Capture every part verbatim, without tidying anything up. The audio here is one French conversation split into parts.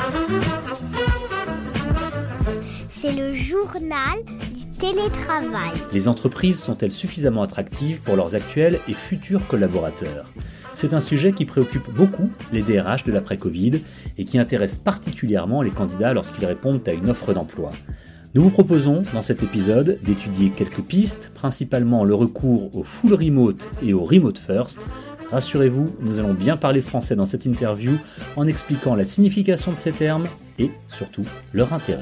C'est le journal du télétravail. Les entreprises sont-elles suffisamment attractives pour leurs actuels et futurs collaborateurs ? C'est un sujet qui préoccupe beaucoup les D R H de l'après-Covid et qui intéresse particulièrement les candidats lorsqu'ils répondent à une offre d'emploi. Nous vous proposons, dans cet épisode, d'étudier quelques pistes, principalement le recours au full remote et au remote first. Rassurez-vous, nous allons bien parler français dans cette interview en expliquant la signification de ces termes et, surtout, leur intérêt.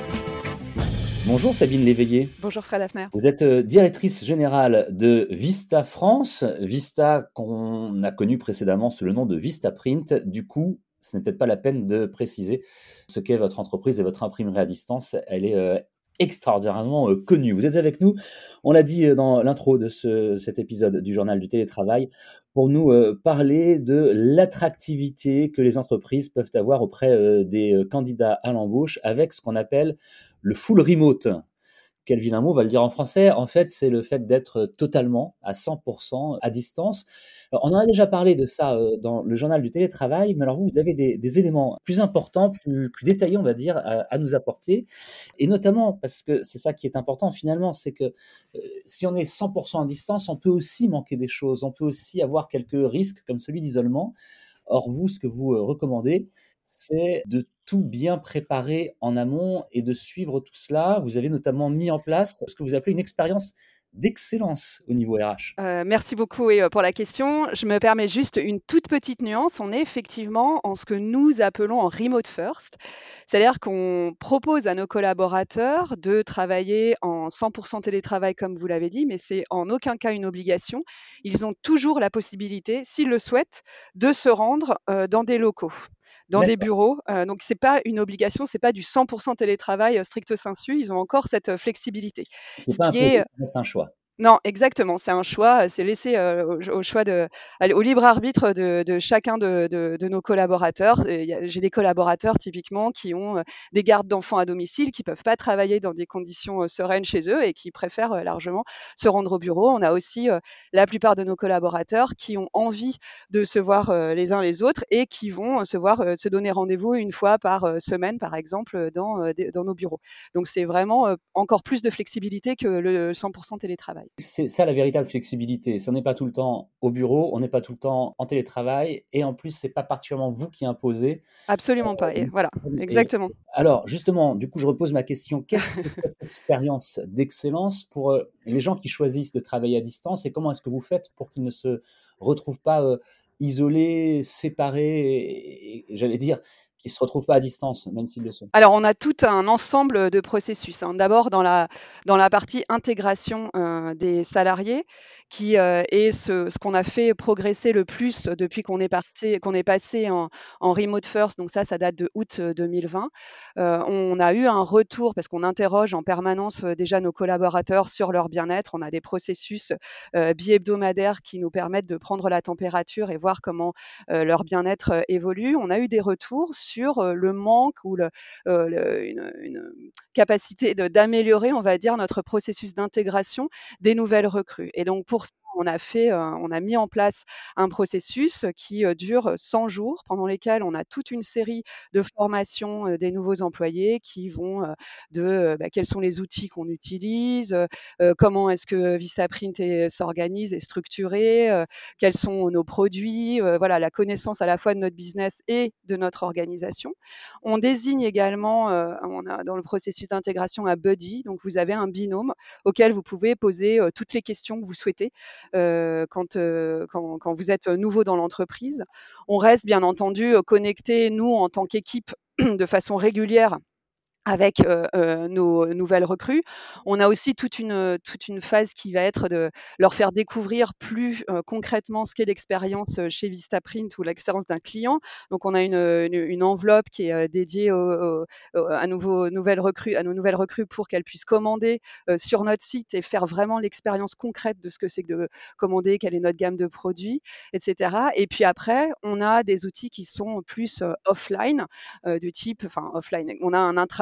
Bonjour Sabine Léveillé. Bonjour Fred Hafner. Vous êtes directrice générale de Vista France, Vista qu'on a connu précédemment sous le nom de Vistaprint. Du coup, ce n'est peut-être pas la peine de préciser ce qu'est votre entreprise et votre imprimerie à distance. Elle est euh, extraordinairement euh, connue. Vous êtes avec nous, on l'a dit dans l'intro de ce, cet épisode du journal du télétravail, pour nous euh, parler de l'attractivité que les entreprises peuvent avoir auprès euh, des euh, candidats à l'embauche avec ce qu'on appelle le full remote. Quel vilain mot, on va le dire en français. En fait, c'est le fait d'être totalement, à cent pour cent à distance. Alors, on en a déjà parlé de ça euh, dans le journal du télétravail, mais alors vous, vous avez des, des éléments plus importants, plus, plus détaillés, on va dire, à, à nous apporter. Et notamment, parce que c'est ça qui est important finalement, c'est que euh, si on est cent pour cent à distance, on peut aussi manquer des choses, on peut aussi avoir quelques risques comme celui d'isolement. Or, vous, ce que vous euh, recommandez, c'est de tout bien préparer en amont et de suivre tout cela. Vous avez notamment mis en place ce que vous appelez une expérience d'excellence au niveau R H. Euh, merci beaucoup oui, pour la question. Je me permets juste une toute petite nuance. On est effectivement en ce que nous appelons en remote first. C'est-à-dire qu'on propose à nos collaborateurs de travailler en cent pour cent télétravail, comme vous l'avez dit, mais c'est en aucun cas une obligation. Ils ont toujours la possibilité, s'ils le souhaitent, de se rendre euh, dans des locaux, dans D'accord. des bureaux. Euh, donc, ce n'est pas une obligation, ce n'est pas du cent pour cent télétravail euh, stricto sensu. Ils ont encore cette euh, flexibilité. C'est Ce pas qui imposé, est ça reste un choix. Non, exactement. C'est un choix. C'est laissé euh, au, au choix de, allez, au libre arbitre de, de chacun de, de, de nos collaborateurs. Et y a- J'ai des collaborateurs typiquement qui ont euh, des gardes d'enfants à domicile, qui peuvent pas travailler dans des conditions euh, sereines chez eux et qui préfèrent euh, largement se rendre au bureau. On a aussi euh, la plupart de nos collaborateurs qui ont envie de se voir euh, les uns les autres et qui vont euh, se voir, euh, se donner rendez-vous une fois par euh, semaine, par exemple, euh, dans, euh, des- dans nos bureaux. Donc c'est vraiment euh, encore plus de flexibilité que le cent pour cent télétravail. C'est ça la véritable flexibilité. Si on n'est pas tout le temps au bureau, on n'est pas tout le temps en télétravail, et en plus, c'est pas particulièrement vous qui imposez. Absolument pas. Et voilà, Et exactement. alors, justement, du coup, je repose ma question. Qu'est-ce que cette expérience d'excellence pour euh, les gens qui choisissent de travailler à distance, et comment est-ce que vous faites pour qu'ils ne se retrouvent pas euh, isolés, séparés, et, et- et j'allais dire, qu'ils ne se retrouvent pas à distance, même s'ils le sont? Alors, on a tout un ensemble de processus, hein. D'abord, dans la, dans la partie intégration euh, des salariés, qui euh, est ce, ce qu'on a fait progresser le plus depuis qu'on est parti, qu'on est passé en, en remote first. Donc ça, ça date de août deux mille vingt. Euh, on a eu un retour parce qu'on interroge en permanence euh, déjà nos collaborateurs sur leur bien-être. On a des processus euh, bi-hebdomadaires qui nous permettent de prendre la température et voir comment euh, leur bien-être euh, évolue. On a eu des retours sur euh, le manque ou le, euh, le- une, une capacité de- d'améliorer, on va dire, notre processus d'intégration des nouvelles recrues. Et donc pour ça, on a fait, euh, on a mis en place un processus qui euh, dure cent jours, pendant lesquels on a toute une série de formations euh, des nouveaux employés qui vont euh, de euh, bah, quels sont les outils qu'on utilise, euh, euh, comment est-ce que Vistaprint est- s'organise et structuré, euh, quels sont nos produits, euh, voilà, la connaissance à la fois de notre business et de notre organisation. On désigne également, euh, on a dans le processus d'intégration un buddy, donc vous avez un binôme auquel vous pouvez poser euh, toutes les questions que vous souhaitez euh, quand, euh, quand, quand vous êtes nouveau dans l'entreprise. On reste bien entendu euh, connecté, nous, en tant qu'équipe, de façon régulière avec euh, euh, nos nouvelles recrues. On a aussi toute une, toute une phase qui va être de leur faire découvrir plus euh, concrètement ce qu'est l'expérience euh, chez Vistaprint ou l'expérience d'un client. Donc, on a une, une, une enveloppe qui est euh, dédiée au, au, à, nouveaux, nouvelles recrues, à nos nouvelles recrues pour qu'elles puissent commander euh, sur notre site et faire vraiment l'expérience concrète de ce que c'est que de commander, quelle est notre gamme de produits, et cetera. Et puis après, on a des outils qui sont plus euh, offline, euh, du type, enfin offline, on a un intranet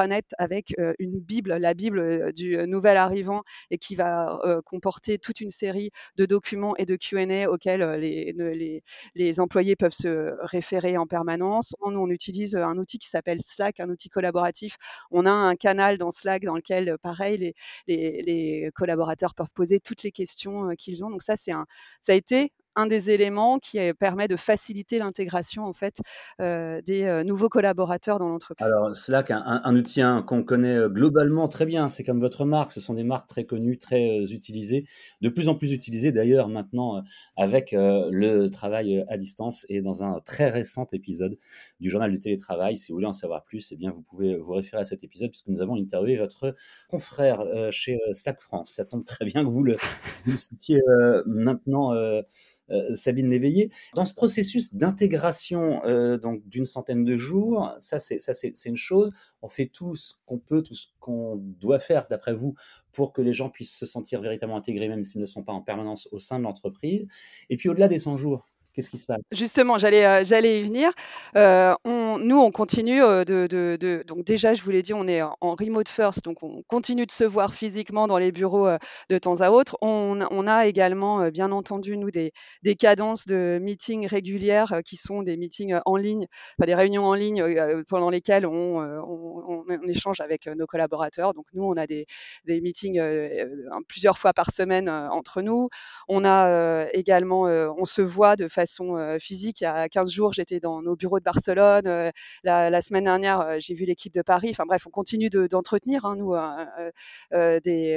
intranet avec euh, une bible, la bible euh, du euh, nouvel arrivant, et qui va euh, comporter toute une série de documents et de Q and A auxquels euh, les, les, les employés peuvent se référer en permanence. On, on utilise un outil qui s'appelle Slack, un outil collaboratif. On a un canal dans Slack dans lequel, pareil, les, les, les collaborateurs peuvent poser toutes les questions euh, qu'ils ont. Donc ça, c'est un, ça a été un des éléments qui euh, permet de faciliter l'intégration en fait euh, des euh, nouveaux collaborateurs dans l'entreprise. Alors, Slack, un, un, un outil hein, qu'on connaît euh, globalement très bien, c'est comme votre marque, ce sont des marques très connues, très euh, utilisées, de plus en plus utilisées d'ailleurs maintenant euh, avec euh, le travail à distance. Et dans un très récent épisode du journal du télétravail, si vous voulez en savoir plus, eh bien, vous pouvez vous référer à cet épisode puisque nous avons interviewé votre confrère euh, chez euh, Slack France. Ça tombe très bien que vous le, vous le citiez euh, maintenant, euh, euh, Sabine Léveillé. Dans ce processus d'intégration euh, donc d'une centaine de jours, ça c'est ça c'est c'est une chose. On fait tout ce qu'on peut, tout ce qu'on doit faire d'après vous pour que les gens puissent se sentir véritablement intégrés, même s'ils ne sont pas en permanence au sein de l'entreprise. Et puis au-delà des cent jours, qu'est-ce qui se passe? Justement, j'allais euh, j'allais y venir. Euh, on, nous, on continue euh, de, de, de- Donc déjà, je vous l'ai dit, on est en en remote first, donc on continue de se voir physiquement dans les bureaux euh, de temps à autre. On, on a également, euh, bien entendu, nous, des, des cadences de meetings régulières euh, qui sont des meetings euh, en ligne, enfin, des réunions en ligne euh, pendant lesquelles on, euh, on, on- on échange avec euh, nos collaborateurs. Donc nous, on a des, des meetings euh, euh, plusieurs fois par semaine euh, entre nous. On a euh, également, euh, on se voit de façon euh, physique. Il y a quinze jours, j'étais dans nos bureaux de Barcelone. Euh, la, la semaine dernière, euh, j'ai vu l'équipe de Paris. Enfin bref, on continue de- d'entretenir, hein, nous, euh, euh, euh, des,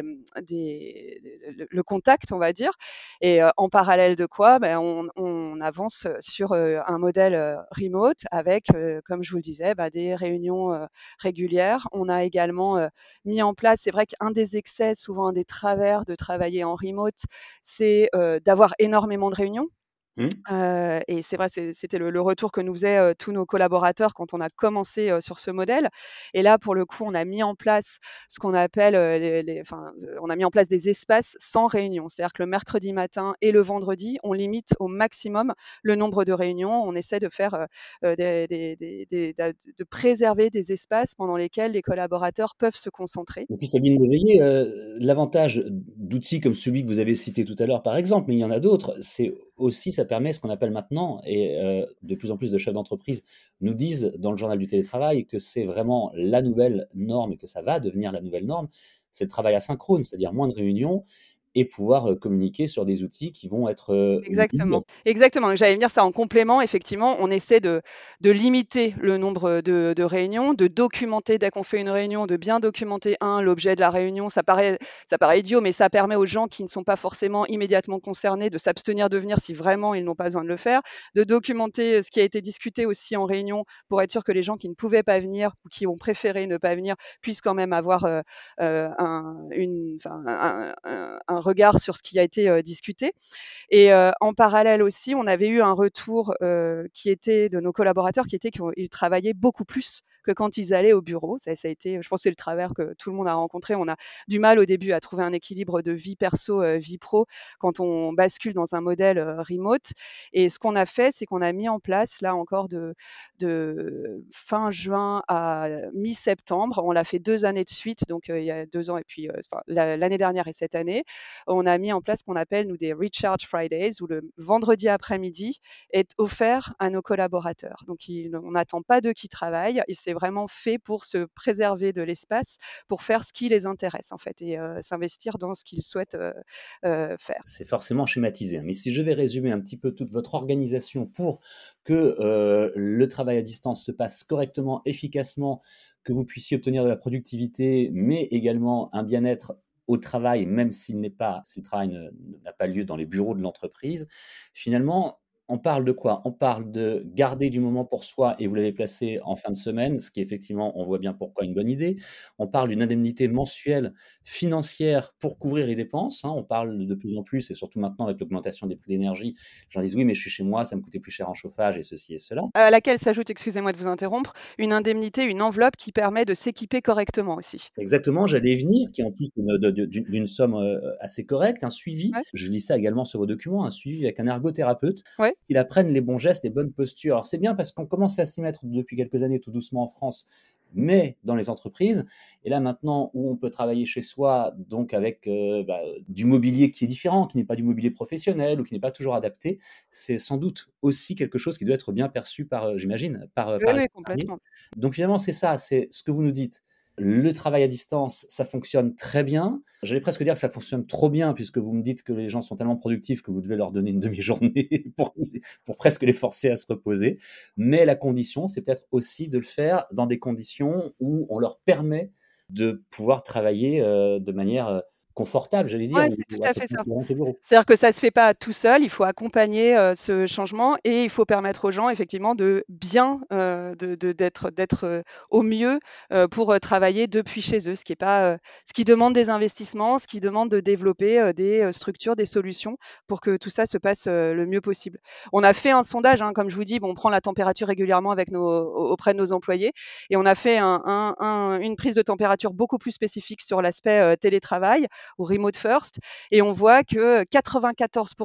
des- le, le contact, on va dire. Et euh, en parallèle de quoi, ben, on, on avance sur euh, un modèle euh, remote avec, euh, comme je vous le disais, bah, des réunions euh, régulières. On a également euh, mis en place, c'est vrai qu'un des excès, souvent un des travers de travailler en remote, c'est euh, d'avoir énormément de réunions. Hmm. Heu et c'est vrai, c'est c'était le le retour que nous faisaient, heu, tous nos collaborateurs quand on a commencé, heu, sur ce modèle. Et là, pour le coup, on a mis en place ce qu'on appelle, heu, les les enfin, heu, on a mis en place des espaces sans réunion. C'est-à-dire que le mercredi matin et le vendredi, on limite au maximum le nombre de réunions. On essaie de faire, heu heu, des des des des da de préserver des espaces pendant lesquels les collaborateurs peuvent se concentrer. Et puis Sabine Léveillé, heu, l'avantage d'outils comme celui que vous avez cité tout à l'heure par exemple, mais il y en a d'autres, c'est aussi ça permet ce qu'on appelle maintenant et heu, de plus en plus de chefs d'entreprise nous disent dans le journal du télétravail que c'est vraiment la nouvelle norme et que ça va devenir la nouvelle norme, c'est le travail asynchrone, c'est-à-dire moins de réunions et pouvoir, heu, communiquer sur des outils qui vont être, heu, lus. Exactement, exactement. J'allais venir ça en complément. Effectivement, on essaie de de limiter le nombre de de réunions, de documenter dès qu'on fait une réunion, de bien documenter un l'objet de la réunion. Ça paraît ça paraît idiot, mais ça permet aux gens qui ne sont pas forcément immédiatement concernés de s'abstenir de venir si vraiment ils n'ont pas besoin de le faire. De documenter ce qui a été discuté aussi en réunion pour être sûr que les gens qui ne pouvaient pas venir ou qui ont préféré ne pas venir puissent quand même avoir, heu heu, un une enfin un un un regard sur ce qui a été, heu, discuté. Et heu, en parallèle aussi, on avait eu un retour, heu, qui était de nos collaborateurs qui était qu'ils travaillaient beaucoup plus que quand ils allaient au bureau. Ça ça a été, je pense que c'est le travers que tout le monde a rencontré. On a du mal au début à trouver un équilibre de vie perso, heu, vie pro quand on bascule dans un modèle, heu, remote. Et ce qu'on a fait, c'est qu'on a mis en place là encore de de fin juin à mi-septembre, on l'a fait deux années de suite, donc heu, il y a deux ans et puis, heu, enfin la l'année dernière et cette année, on a mis en place ce qu'on appelle nous des Recharge Fridays où le vendredi après-midi est offert à nos collaborateurs. Donc il on n'attend pas d'eux qui travaillent et c'est vraiment fait pour se préserver de l'espace, pour faire ce qui les intéresse en fait et heu, s'investir dans ce qu'ils souhaitent, heu heu, faire. C'est forcément schématisé, hein. Mais si je vais résumer un petit peu toute votre organisation pour que euh, le travail à distance se passe correctement, efficacement, que vous puissiez obtenir de la productivité, mais également un bien-être au travail, même s'il n'est pas, si le travail ne- n'a pas lieu dans les bureaux de l'entreprise, finalement, on parle de quoi? On parle de garder du moment pour soi, et vous l'avez placé en fin de semaine, ce qui effectivement, on voit bien pourquoi une bonne idée. On parle d'une indemnité mensuelle financière pour couvrir les dépenses, hein. On parle de plus en plus, et surtout maintenant avec l'augmentation des prix de l'énergie, les gens disent oui, mais je suis chez moi, ça me coûtait plus cher en chauffage et ceci et cela. À laquelle s'ajoute, excusez-moi de vous interrompre, une indemnité, une enveloppe qui permet de s'équiper correctement aussi. Exactement, j'allais y venir, qui en plus d'une de- de- d'une- d'une somme euh, assez correcte, un suivi, Ouais, je lis ça également sur vos documents, un suivi avec un ergothérapeute, ouais. qu'il apprenne les bons gestes, les bonnes postures. Alors c'est bien parce qu'on commence à s'y mettre depuis quelques années tout doucement en France, mais dans les entreprises. Et là, maintenant, où on peut travailler chez soi, donc avec euh, bah, du mobilier qui est différent, qui n'est pas du mobilier professionnel ou qui n'est pas toujours adapté, c'est sans doute aussi quelque chose qui doit être bien perçu par, euh, j'imagine, par, euh, Oui, par les oui, salariés. complètement. Donc finalement, c'est ça, c'est ce que vous nous dites. Le travail à distance, ça fonctionne très bien. J'allais presque dire que ça fonctionne trop bien, puisque vous me dites que les gens sont tellement productifs que vous devez leur donner une demi-journée pour, pour presque les forcer à se reposer. Mais la condition, c'est peut-être aussi de le faire dans des conditions où on leur permet de pouvoir travailler euh, de manière euh, confortable, j'allais dire, Ouais, ou, c'est tout ou à à peu fait près ça. équivalente au bureau. C'est-à-dire que ça se fait pas tout seul, il faut accompagner, heu, ce changement et il faut permettre aux gens effectivement de bien, heu, de de d'être d'être, heu, au mieux, heu, pour, heu, travailler depuis chez eux. Ce qui est pas, heu, ce qui demande des investissements, ce qui demande de développer, heu, des, heu, structures, des solutions pour que tout ça se passe, heu, le mieux possible. On a fait un sondage, hein, comme je vous dis, bon, on prend la température régulièrement avec nos au auprès de nos employés et on a fait un un un une prise de température beaucoup plus spécifique sur l'aspect, heu, télétravail ou remote first et on voit que quatre-vingt-quatorze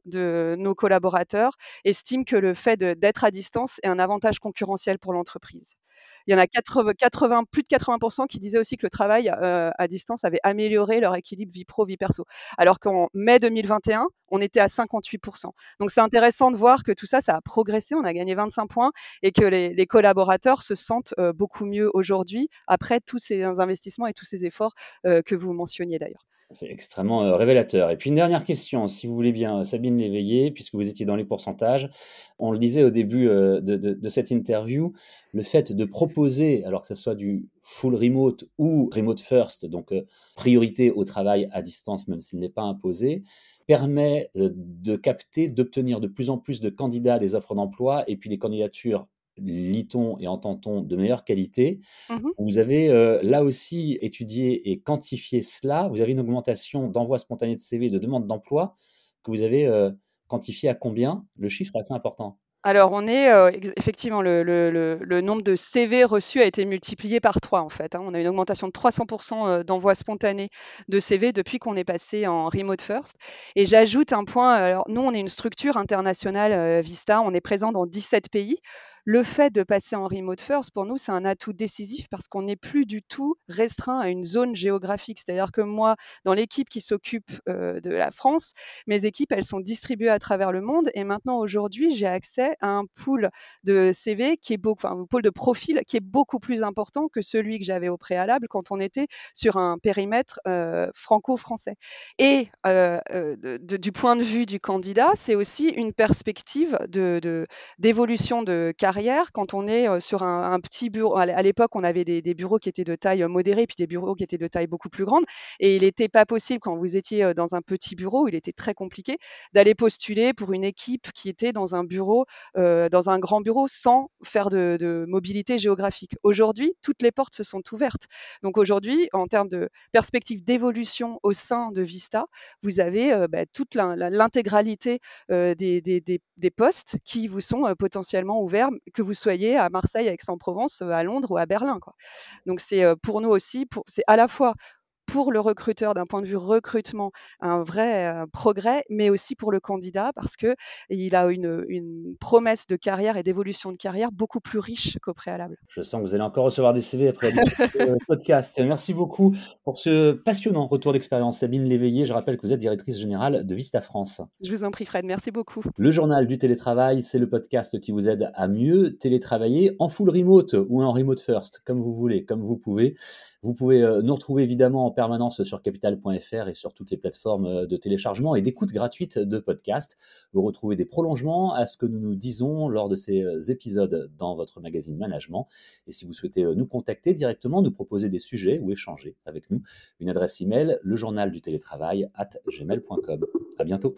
de nos collaborateurs estiment que le fait de d'être à distance est un avantage concurrentiel pour l'entreprise. Il y en a quatre-vingts, quatre-vingts, plus de quatre-vingts qui disaient aussi que le travail euh, à distance avait amélioré leur équilibre vie pro, vie perso. Alors qu'en mai deux mille vingt et un, on était à cinquante-huit. Donc c'est intéressant de voir que tout ça, ça a progressé, on a gagné vingt-cinq points et que les, les collaborateurs se sentent euh, beaucoup mieux aujourd'hui après tous ces investissements et tous ces efforts euh, que vous mentionniez d'ailleurs. C'est extrêmement euh, révélateur. Et puis une dernière question, si vous voulez bien, Sabine Léveillé, puisque vous étiez dans les pourcentages. On le disait au début euh, de, de- de cette interview, le fait de proposer, alors que ce soit du full remote ou remote first, donc euh, priorité au travail à distance, même s'il n'est pas imposé, permet euh, de capter, d'obtenir de plus en plus de candidats à des offres d'emploi, et puis des candidatures, lit-on et entend-on, de meilleure qualité. Mhm. Vous avez euh, là aussi étudié et quantifié cela. Vous avez une augmentation d'envoi spontané de C V et de demande d'emploi que vous avez euh, quantifié à combien? Le chiffre est assez important. Alors on est, heu, ex effectivement le le le le nombre de C V reçus a été multiplié par trois en fait, hein. On a une augmentation de trois cents heu, d'envois spontanés de C V depuis qu'on est passé en remote first et j'ajoute un point, alors nous on est une structure internationale, heu, Vista, on est présent dans dix-sept pays. Le fait de passer en remote first pour nous, c'est un atout décisif parce qu'on n'est plus du tout restreint à une zone géographique. C'est-à-dire que moi, dans l'équipe qui s'occupe, heu, de la France, mes équipes, elles sont distribuées à travers le monde et maintenant aujourd'hui, j'ai accès à un pool de C V qui est beaucoup, enfin, un pool de profils qui est beaucoup plus important que celui que j'avais au préalable quand on était sur un périmètre euh, franco-français. Et euh, euh, de- de- du point de vue du candidat, c'est aussi une perspective de, de- d'évolution de carrière quand on est euh, sur un, un petit bureau. À l'époque, on avait des, des bureaux qui étaient de taille modérée, puis des bureaux qui étaient de taille beaucoup plus grande. Et il n'était pas possible, quand vous étiez euh, dans un petit bureau, il était très compliqué d'aller postuler pour une équipe qui était dans un bureau, euh, dans un grand bureau, sans faire de, de mobilité géographique. Aujourd'hui, toutes les portes se sont ouvertes. Donc aujourd'hui, en termes de perspective d'évolution au sein de Vista, vous avez euh, bah, toute la- la- l'intégralité euh, des, des- des- des postes qui vous sont euh, potentiellement ouverts, que vous soyez à Marseille, à Aix-en-Provence, euh, à Londres ou à Berlin, quoi. Donc c'est euh, pour nous aussi, pour, c'est à la fois pour le recruteur, d'un point de vue recrutement, un vrai euh, progrès, mais aussi pour le candidat parce que il a une, une promesse de carrière et d'évolution de carrière beaucoup plus riche qu'au préalable. Je sens que vous allez encore recevoir des C V après la diffusion de ce podcast. Merci beaucoup pour ce passionnant retour d'expérience. Sabine Léveillé, je rappelle que vous êtes directrice générale de Vista France. Je vous en prie, Fred. Merci beaucoup. Le journal du télétravail, c'est le podcast qui vous aide à mieux télétravailler en full remote ou en remote first, comme vous voulez, comme vous pouvez. Vous pouvez euh, nous retrouver évidemment en permanence sur capital point f r et sur toutes les plateformes euh, de téléchargement et d'écoute gratuite de podcasts. Vous retrouvez des prolongements à ce que nous nous disons lors de ces euh, épisodes dans votre magazine Management. Et si vous souhaitez euh, nous contacter directement, nous proposer des sujets ou échanger avec nous, une adresse email, le journal du télétravail arobase gmail point com. À bientôt.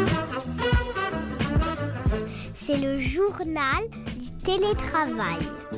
C'est le journal du télétravail.